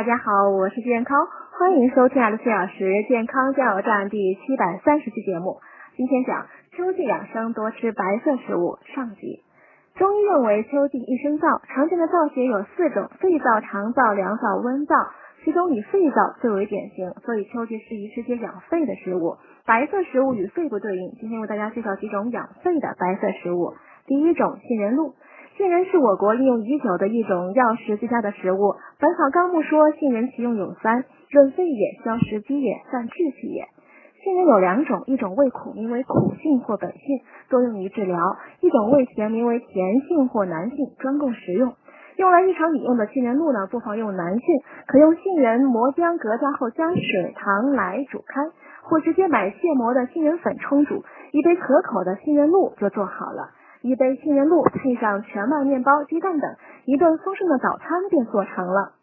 大家好，我是健康，欢迎收听24小时健康加油站第730期节目。今天讲秋季养生多吃白色食物上集。中医认为秋季一生燥，常见的燥邪有4种：肺燥、肠燥、凉燥、温燥，其中以肺燥最为典型，所以秋季适宜吃些养肺的食物。白色食物与肺部对应，今天为大家介绍几种养肺的白色食物。第一种，杏仁露。杏仁是我国应用已久的一种药食俱佳的食物。本草纲目说，杏仁其用有3：润肺也，消食积也，散滞气也。杏仁有2种，一种味苦，名为苦杏或本杏，多用于治疗；一种味甜，名为甜杏或南杏，专供食用。用来日常饮用的杏仁露呢，不妨用南杏，可用杏仁磨浆隔渣后加水、糖、奶煮开，或直接买现磨的杏仁粉冲煮，一杯可口的杏仁露就做好了。一杯杏仁露配上全麦面包、鸡蛋等，一顿丰盛的早餐便做成了。